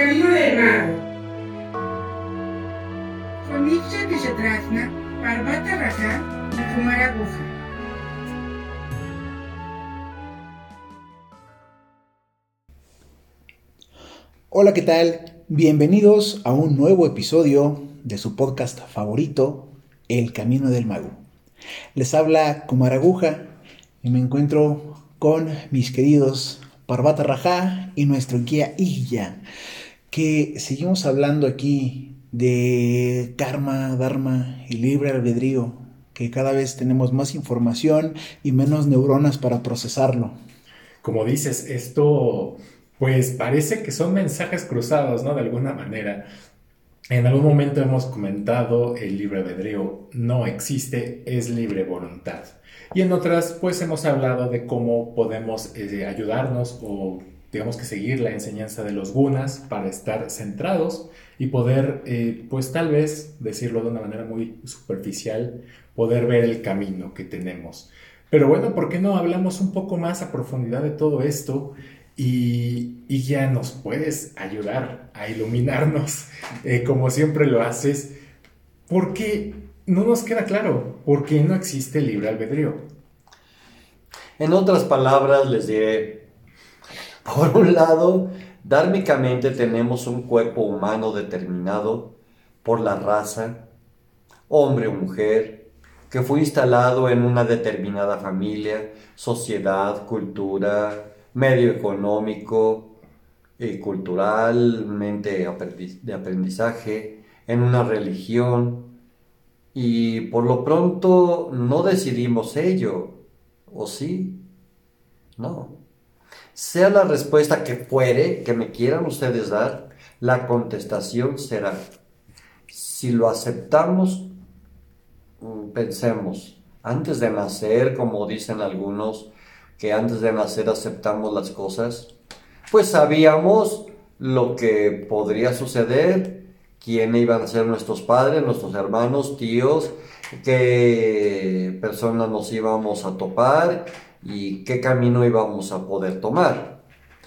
Camino del Mago. Comics Kshetrasna, Parvata Raja y Kumara Guha. Hola, ¿qué tal? Bienvenidos a un nuevo episodio de su podcast favorito, El Camino del Mago. Les habla Kumara Guha y me encuentro con mis queridos Parvata Raja y nuestro guía Illa, que seguimos hablando aquí de karma, dharma y libre albedrío, que cada vez tenemos más información y menos neuronas para procesarlo. Como dices, esto pues parece que son mensajes cruzados, ¿no? De alguna manera. En algún momento hemos comentado el libre albedrío no existe, es libre voluntad. Y en otras pues hemos hablado de cómo podemos ayudarnos o digamos que seguir la enseñanza de los gunas para estar centrados y poder pues tal vez decirlo de una manera muy superficial, poder ver el camino que tenemos. Pero bueno, ¿por qué no hablamos un poco más a profundidad de todo esto? Y ya nos puedes ayudar a iluminarnos, como siempre lo haces, porque no nos queda claro por qué no existe libre albedrío. En otras palabras, les diré, por un lado, dármicamente tenemos un cuerpo humano determinado por la raza, hombre o mujer, que fue instalado en una determinada familia, sociedad, cultura, medio económico y culturalmente de aprendizaje, en una religión, y por lo pronto no decidimos ello, ¿o sí? No. Sea la respuesta que fuere, que me quieran ustedes dar, la contestación será, si lo aceptamos, pensemos, antes de nacer, como dicen algunos, que antes de nacer aceptamos las cosas, pues sabíamos lo que podría suceder, quién iban a ser nuestros padres, nuestros hermanos, tíos, qué personas nos íbamos a topar y qué camino íbamos a poder tomar.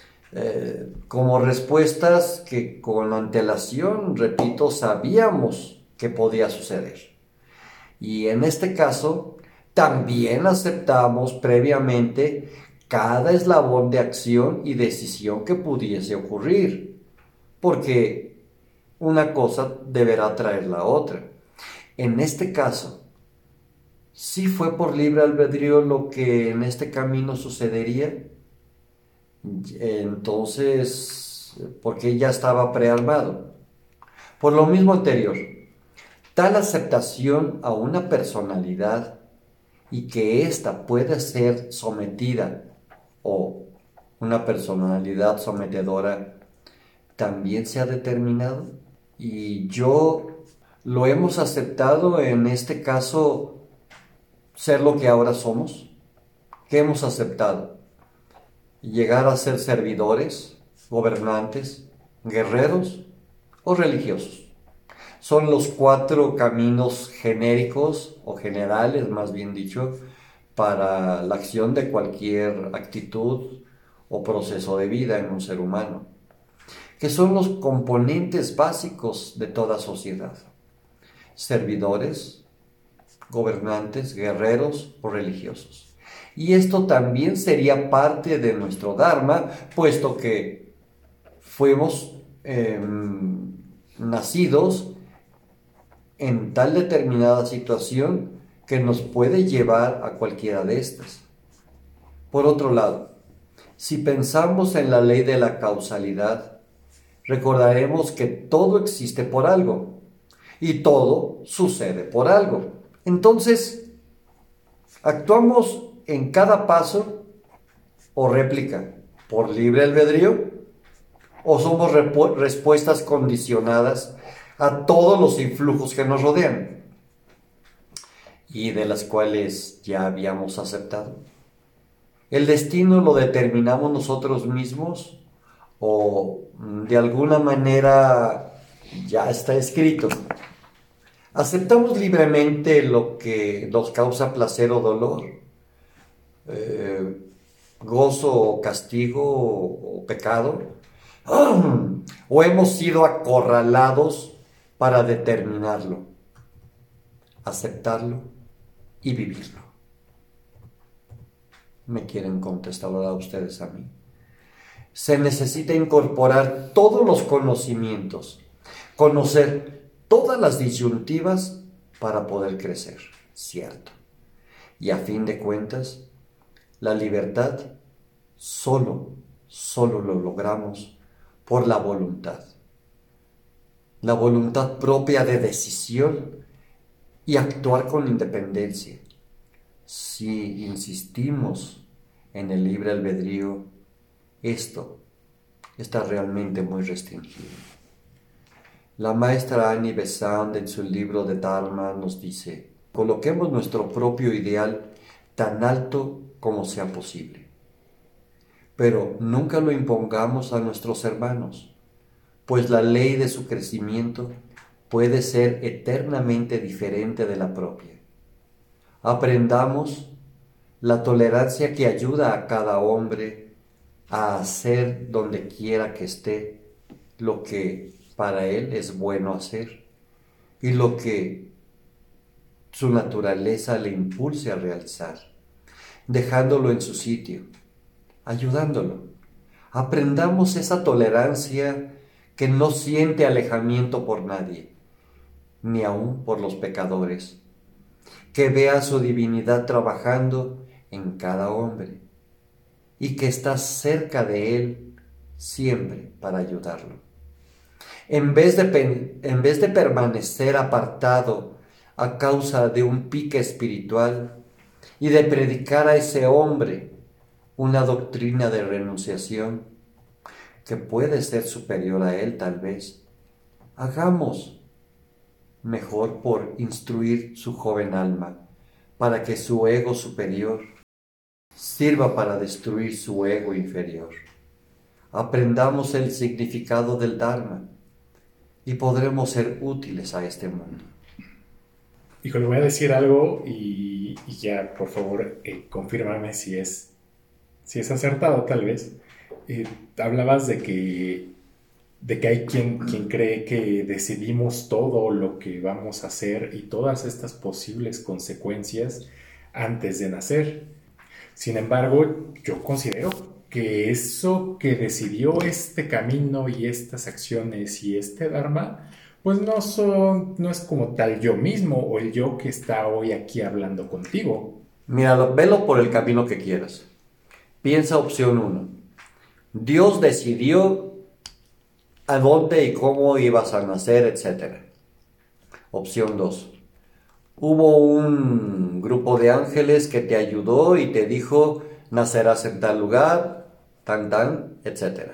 Como respuestas que con antelación, repito, sabíamos que podía suceder. Y en este caso, también aceptamos previamente cada eslabón de acción y decisión que pudiese ocurrir, porque una cosa deberá traer la otra. En este caso, ¿sí fue por libre albedrío lo que en este camino sucedería? Entonces, porque ya estaba prearmado. Por lo mismo anterior, tal aceptación a una personalidad y que ésta pueda ser sometida o una personalidad sometedora también se ha determinado y yo lo hemos aceptado en este caso ser lo que ahora somos. ¿Qué hemos aceptado? Llegar a ser servidores, gobernantes, guerreros o religiosos. Son los 4 caminos genéricos o generales, más bien dicho, para la acción de cualquier actitud o proceso de vida en un ser humano, que son los componentes básicos de toda sociedad: servidores, gobernantes, guerreros o religiosos. Y esto también sería parte de nuestro Dharma, puesto que fuimos nacidos en tal determinada situación que nos puede llevar a cualquiera de estas. Por otro lado, si pensamos en la ley de la causalidad, recordaremos que todo existe por algo y todo sucede por algo. Entonces, ¿actuamos en cada paso o réplica por libre albedrío o somos respuestas condicionadas a todos los influjos que nos rodean y de las cuales ya habíamos aceptado? ¿El destino lo determinamos nosotros mismos o de alguna manera ya está escrito? ¿Aceptamos libremente lo que nos causa placer o dolor? ¿Gozo o castigo o pecado? ¿O hemos sido acorralados para determinarlo, aceptarlo y vivirlo? ¿Me quieren contestar ahora ustedes a mí? Se necesita incorporar todos los conocimientos, conocer todas las disyuntivas para poder crecer, ¿cierto? Y a fin de cuentas, la libertad solo lo logramos por la voluntad propia de decisión y actuar con independencia. Si insistimos en el libre albedrío, esto está realmente muy restringido. La maestra Annie Besant en su libro de Dharma nos dice: coloquemos nuestro propio ideal tan alto como sea posible, pero nunca lo impongamos a nuestros hermanos, pues la ley de su crecimiento puede ser eternamente diferente de la propia. Aprendamos la tolerancia que ayuda a cada hombre a hacer donde quiera que esté lo que para él es bueno hacer y lo que su naturaleza le impulse a realizar, dejándolo en su sitio, ayudándolo. Aprendamos esa tolerancia que no siente alejamiento por nadie, ni aun por los pecadores, que vea su divinidad trabajando en cada hombre y que está cerca de él siempre para ayudarlo. En vez de permanecer apartado a causa de un pique espiritual y de predicar a ese hombre una doctrina de renunciación que puede ser superior a él tal vez, hagamos mejor por instruir su joven alma para que su ego superior sirva para destruir su ego inferior. Aprendamos el significado del Dharma y podremos ser útiles a este mundo. Híjole, voy a decir algo y ya, por favor, confírmame si es acertado, tal vez. Hablabas de que hay quien cree que decidimos todo lo que vamos a hacer y todas estas posibles consecuencias antes de nacer. Sin embargo, yo considero que eso que decidió este camino y estas acciones y este Dharma, pues no es como tal yo mismo o el yo que está hoy aquí hablando contigo. Míralo, velo por el camino que quieras. Piensa opción 1. Dios decidió a dónde y cómo ibas a nacer, etc. Opción 2. Hubo un grupo de ángeles que te ayudó y te dijo: nacerás en tal lugar, etc.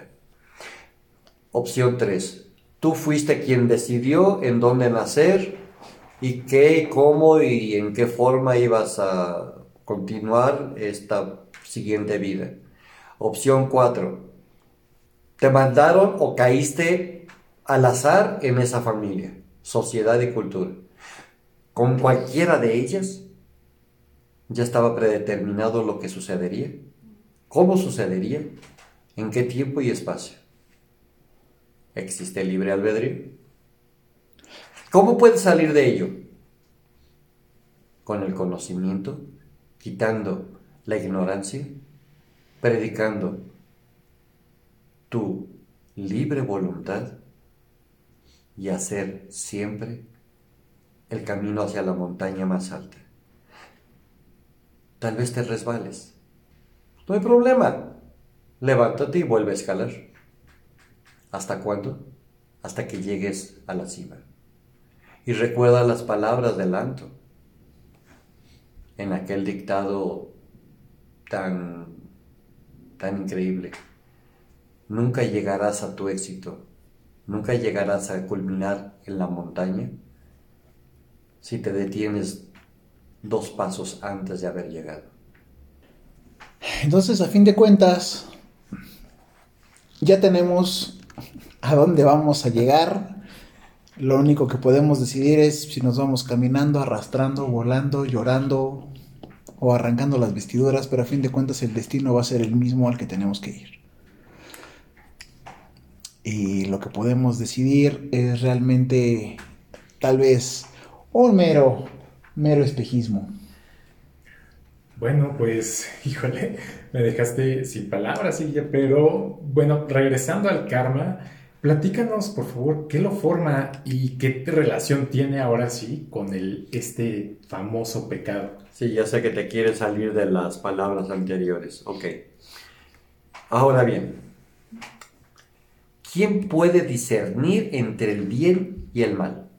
Opción 3. Tú fuiste quien decidió en dónde nacer y qué, cómo y en qué forma ibas a continuar esta siguiente vida. Opción 4. Te mandaron o caíste al azar en esa familia, sociedad y cultura. Con cualquiera de ellas ya estaba predeterminado lo que sucedería, cómo sucedería, en qué tiempo y espacio. ¿Existe el libre albedrío? ¿Cómo puedes salir de ello? Con el conocimiento, quitando la ignorancia, predicando tu libre voluntad y hacer siempre el camino hacia la montaña más alta. Tal vez te resbales. No hay problema. Levántate y vuelve a escalar. ¿Hasta cuándo? Hasta que llegues a la cima. Y recuerda las palabras del Anto en aquel dictado tan increíble. Nunca llegarás a tu éxito, nunca llegarás a culminar en la montaña si te detienes 2 pasos antes de haber llegado. Entonces, a fin de cuentas, ya tenemos a dónde vamos a llegar. Lo único que podemos decidir es si nos vamos caminando, arrastrando, volando, llorando o arrancando las vestiduras, pero a fin de cuentas el destino va a ser el mismo al que tenemos que ir. y lo que podemos decidir es realmente tal vez un mero espejismo. Bueno, pues, híjole, me dejaste sin palabras, Silvia, pero bueno, regresando al karma, platícanos, por favor, qué lo forma y qué relación tiene ahora sí con este famoso pecado. Sí, ya sé que te quieres salir de las palabras anteriores. Ok. Ahora bien, ¿quién puede discernir entre el bien y el mal?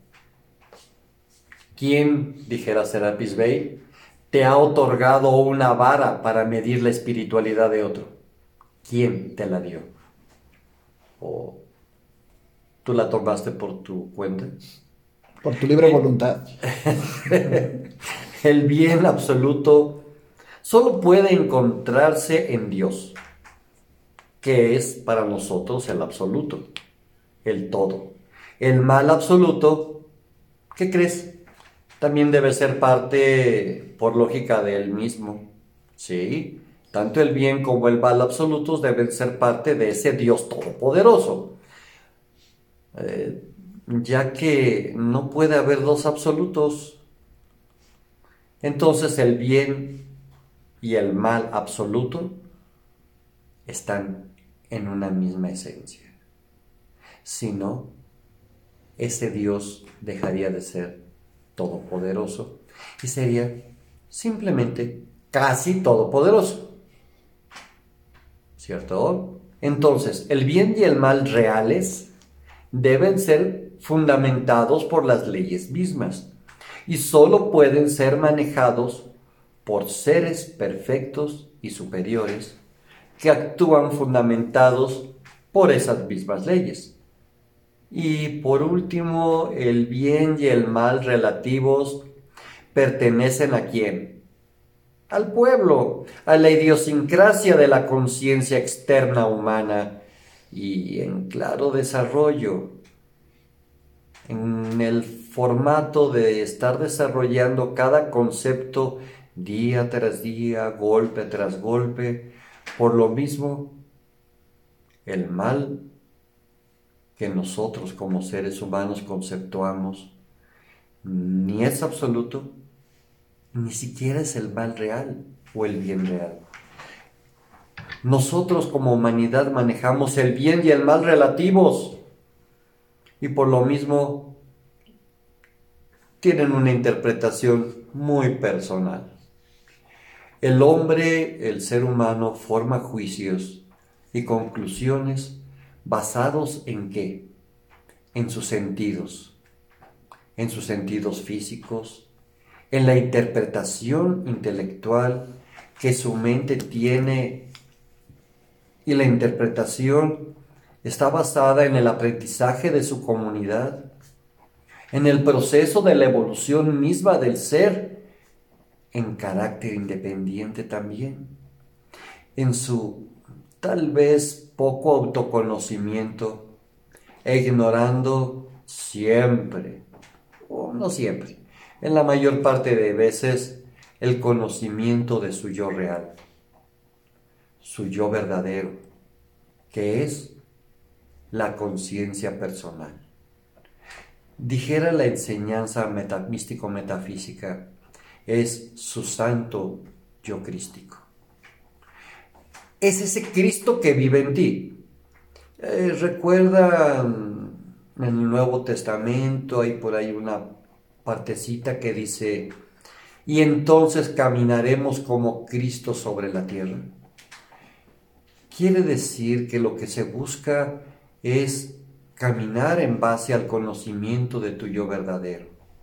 ¿Quién, dijera Serapis Bey, te ha otorgado una vara para medir la espiritualidad de otro? ¿Quién te la dio? ¿O tú la tomaste por tu cuenta? Por tu libre voluntad. El bien absoluto solo puede encontrarse en Dios, que es para nosotros el absoluto, el todo. El mal absoluto, ¿qué crees? También debe ser parte, por lógica, de él mismo. Sí, tanto el bien como el mal absolutos deben ser parte de ese Dios todopoderoso, ya que no puede haber dos absolutos. Entonces el bien y el mal absoluto están en una misma esencia. Si no, ese Dios dejaría de ser todopoderoso y sería simplemente casi todopoderoso. ¿Cierto? Entonces, el bien y el mal reales deben ser fundamentados por las leyes mismas y solo pueden ser manejados por seres perfectos y superiores que actúan fundamentados por esas mismas leyes. Y por último, el bien y el mal relativos pertenecen ¿a quién? Al pueblo, a la idiosincrasia de la conciencia externa humana y en claro desarrollo, en el formato de estar desarrollando cada concepto día tras día, golpe tras golpe. Por lo mismo, el mal que nosotros como seres humanos conceptuamos ni es absoluto, ni siquiera es el mal real o el bien real. Nosotros como humanidad manejamos el bien y el mal relativos y por lo mismo tienen una interpretación muy personal. El hombre, el ser humano, forma juicios y conclusiones basados ¿en qué? En sus sentidos físicos, en la interpretación intelectual que su mente tiene, y la interpretación está basada en el aprendizaje de su comunidad, en el proceso de la evolución misma del ser, en carácter independiente también, en su tal vez poco autoconocimiento e ignorando siempre, o no siempre, en la mayor parte de veces, el conocimiento de su yo real, su yo verdadero, que es la conciencia personal. Dijera la enseñanza místico-metafísica, es su santo yo crístico. Es ese Cristo que vive en ti. Recuerda en el Nuevo Testamento hay por ahí una partecita que dice: y entonces caminaremos como Cristo sobre la tierra. Quiere decir que lo que se busca es caminar en base al conocimiento de tu yo verdadero.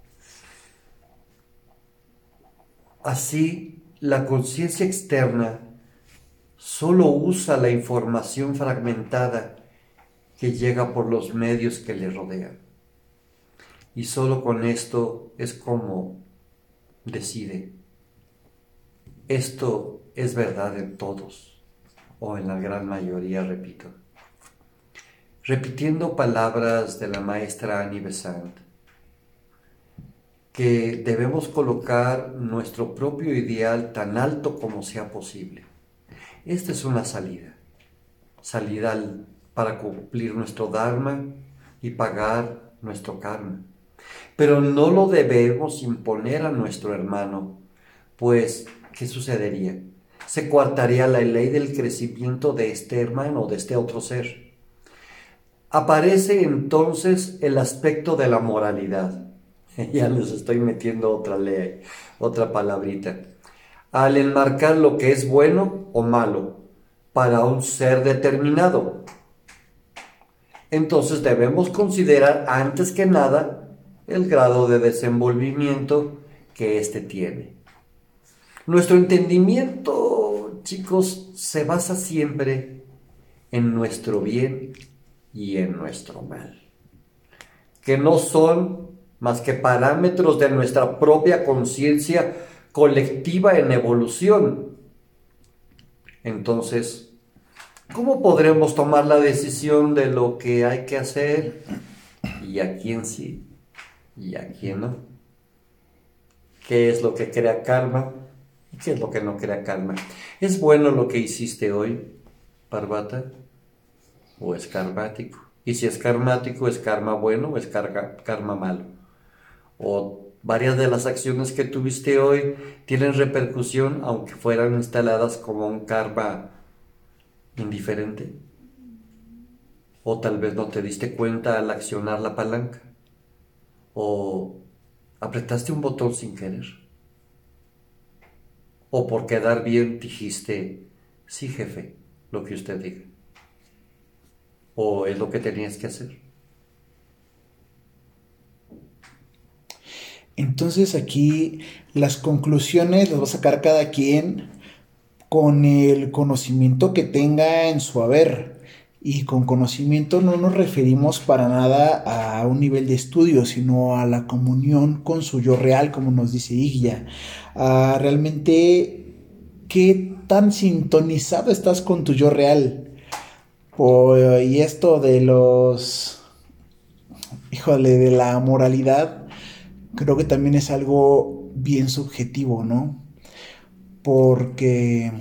Así, la conciencia externa solo usa la información fragmentada que llega por los medios que le rodean. Y solo con esto es como decide: esto es verdad en todos, o en la gran mayoría, repito. Repitiendo palabras de la maestra Annie Besant, que debemos colocar nuestro propio ideal tan alto como sea posible. Esta es una salida para cumplir nuestro dharma y pagar nuestro karma. Pero no lo debemos imponer a nuestro hermano, pues, ¿qué sucedería? Se coartaría la ley del crecimiento de este hermano, de este otro ser. Aparece entonces el aspecto de la moralidad. Ya les estoy metiendo otra ley, otra palabrita. Al enmarcar lo que es bueno o malo para un ser determinado. Entonces debemos considerar antes que nada el grado de desenvolvimiento que éste tiene. Nuestro entendimiento, chicos, se basa siempre en nuestro bien y en nuestro mal, que no son más que parámetros de nuestra propia conciencia colectiva en evolución. Entonces, ¿cómo podremos tomar la decisión de lo que hay que hacer y a quién sí y a quién no? ¿Qué es lo que crea karma y qué es lo que no crea karma? ¿Es bueno lo que hiciste hoy, Parvata, o es karmático? Y si es karmático, ¿es karma bueno o es karma malo? O varias de las acciones que tuviste hoy tienen repercusión aunque fueran instaladas como un karma indiferente. O tal vez no te diste cuenta al accionar la palanca. O apretaste un botón sin querer. O por quedar bien dijiste, sí jefe, lo que usted diga. O es lo que tenías que hacer. Entonces aquí las conclusiones las va a sacar cada quien con el conocimiento que tenga en su haber. Y con conocimiento no nos referimos para nada a un nivel de estudio, sino a la comunión con su yo real, como nos dice Igya. Realmente, ¿qué tan sintonizado estás con tu yo real? Y esto de de la moralidad, creo que también es algo bien subjetivo, ¿no? Porque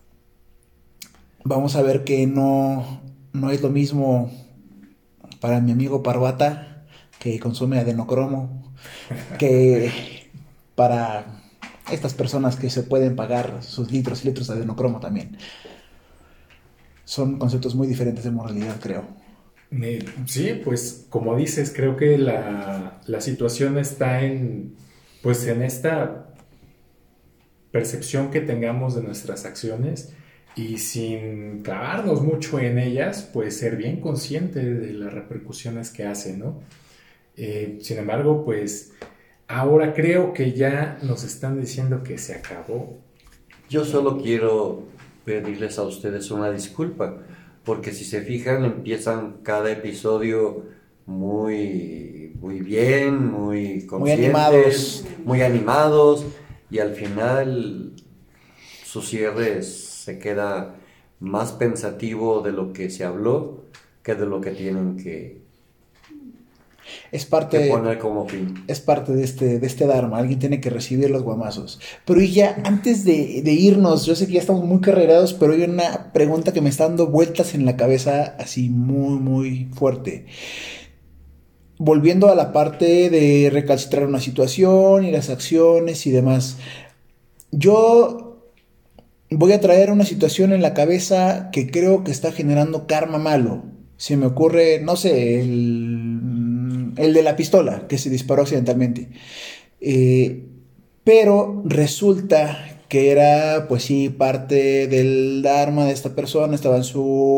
vamos a ver que no es lo mismo para mi amigo Parvata, que consume adenocromo, que para estas personas que se pueden pagar sus litros y litros de adenocromo también. Son conceptos muy diferentes de moralidad, creo. Sí, pues como dices, creo que la situación está pues en esta percepción que tengamos de nuestras acciones y sin clavarnos mucho en ellas, pues ser bien consciente de las repercusiones que hace, ¿no? Sin embargo, pues ahora creo que ya nos están diciendo que se acabó. Yo solo quiero pedirles a ustedes una disculpa, porque si se fijan, empiezan cada episodio muy bien, muy conscientes, muy animados, y al final su cierre se queda más pensativo de lo que se habló que de lo que tienen que poner como fin. Es parte de este dharma. Alguien tiene que recibir los guamazos. Pero y ya, antes de irnos, yo sé que ya estamos muy carrerados, pero hay una pregunta que me está dando vueltas en la cabeza así muy, muy fuerte. Volviendo a la parte de recalcitrar una situación y las acciones y demás. Yo voy a traer una situación en la cabeza que creo que está generando karma malo. Se me ocurre, no sé, el de la pistola que se disparó accidentalmente. Pero resulta que era, pues sí, parte del dharma de esta persona, estaba en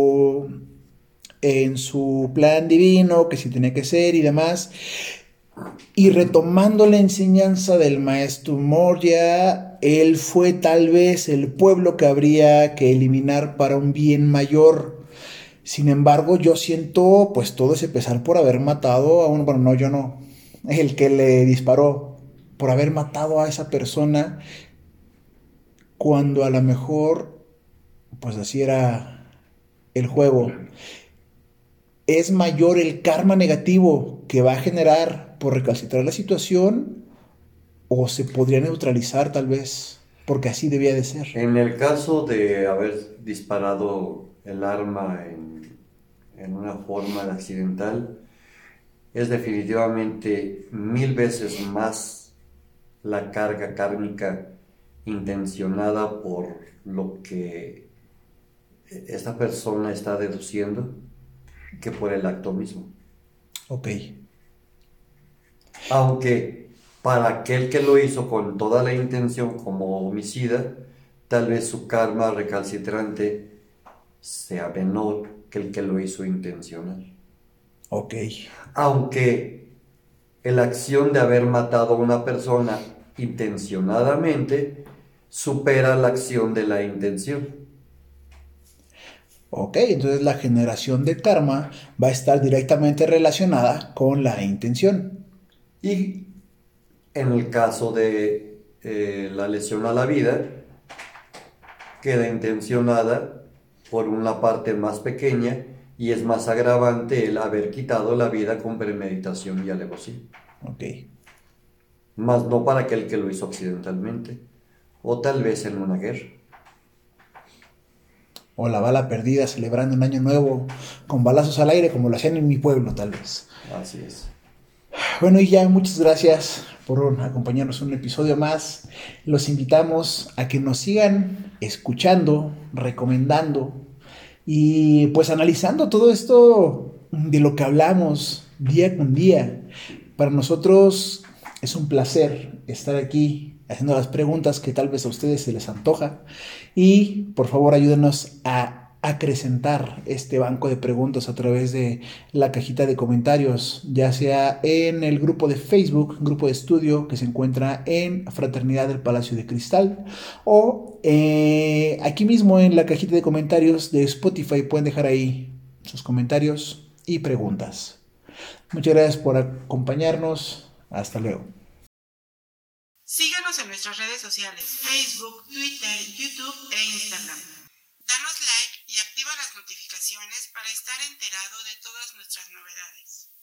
su plan divino, que sí tenía que ser y demás. Y retomando la enseñanza del maestro Moria, él fue tal vez el pueblo que habría que eliminar para un bien mayor. Sin embargo, yo siento pues todo ese pesar por haber matado a uno, bueno, no, yo no, el que le disparó, por haber matado a esa persona, cuando a lo mejor, pues así era el juego. ¿Es mayor el karma negativo que va a generar por recalcitrar la situación o se podría neutralizar tal vez? Porque así debía de ser. En el caso de haber disparado el arma en una forma de accidental, es definitivamente 1000 veces más la carga kármica intencionada por lo que esta persona está deduciendo que por el acto mismo. Ok. Aunque para aquel que lo hizo con toda la intención como homicida, tal vez su karma recalcitrante sea menor que el que lo hizo intencional. Ok. Aunque la acción de haber matado a una persona intencionadamente supera la acción de la intención. Ok, entonces la generación de karma va a estar directamente relacionada con la intención. Y en el caso de la lesión a la vida, queda intencionada por una parte más pequeña y es más agravante el haber quitado la vida con premeditación y alevosía. Ok. Más no para aquel que lo hizo accidentalmente, o tal vez en una guerra. O la bala perdida celebrando un año nuevo con balazos al aire como lo hacían en mi pueblo, tal vez. Así es. Bueno, y ya muchas gracias por acompañarnos en un episodio más. Los invitamos a que nos sigan escuchando, recomendando y pues analizando todo esto de lo que hablamos día con día. Para nosotros es un placer estar aquí haciendo las preguntas que tal vez a ustedes se les antoja. Y por favor ayúdenos a acrecentar este banco de preguntas a través de la cajita de comentarios, ya sea en el grupo de Facebook, grupo de estudio que se encuentra en Fraternidad del Palacio de Cristal, o aquí mismo en la cajita de comentarios de Spotify pueden dejar ahí sus comentarios y preguntas. Muchas gracias por acompañarnos. Hasta luego. Síguenos en nuestras redes sociales, Facebook, Twitter, YouTube e Instagram. Danos like y activa las notificaciones para estar enterado de todas nuestras novedades.